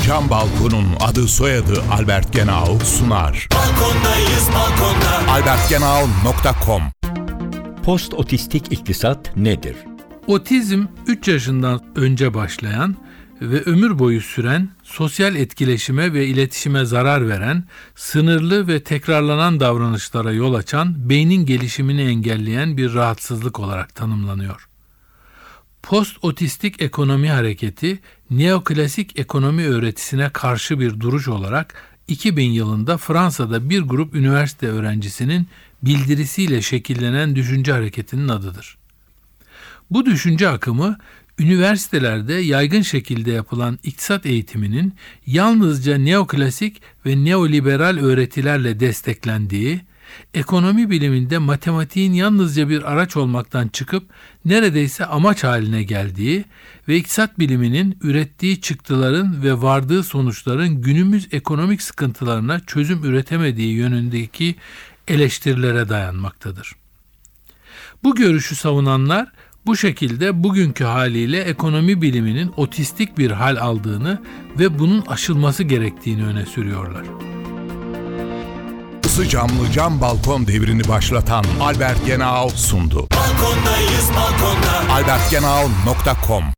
Cam Balkon'un adı soyadı Albert Genau sunar. Balkondayız balkonda. albertgenau.com. Post otistik iktisat nedir? Otizm 3 yaşından önce başlayan ve ömür boyu süren, sosyal etkileşime ve iletişime zarar veren, sınırlı ve tekrarlanan davranışlara yol açan, beynin gelişimini engelleyen bir rahatsızlık olarak tanımlanıyor. Post-otistik ekonomi hareketi, neoklasik ekonomi öğretisine karşı bir duruş olarak 2000 yılında Fransa'da bir grup üniversite öğrencisinin bildirisiyle şekillenen düşünce hareketinin adıdır. Bu düşünce akımı, üniversitelerde yaygın şekilde yapılan iktisat eğitiminin yalnızca neoklasik ve neoliberal öğretilerle desteklendiği, ekonomi biliminde matematiğin yalnızca bir araç olmaktan çıkıp neredeyse amaç haline geldiği ve iktisat biliminin ürettiği çıktıların ve vardığı sonuçların günümüz ekonomik sıkıntılarına çözüm üretemediği yönündeki eleştirilere dayanmaktadır. Bu görüşü savunanlar bu şekilde bugünkü haliyle ekonomi biliminin otistik bir hal aldığını ve bunun aşılması gerektiğini öne sürüyorlar. Isı camlı cam balkon devrini başlatan Albert Genau sundu. Balkondayız balkonda. albertgenau.com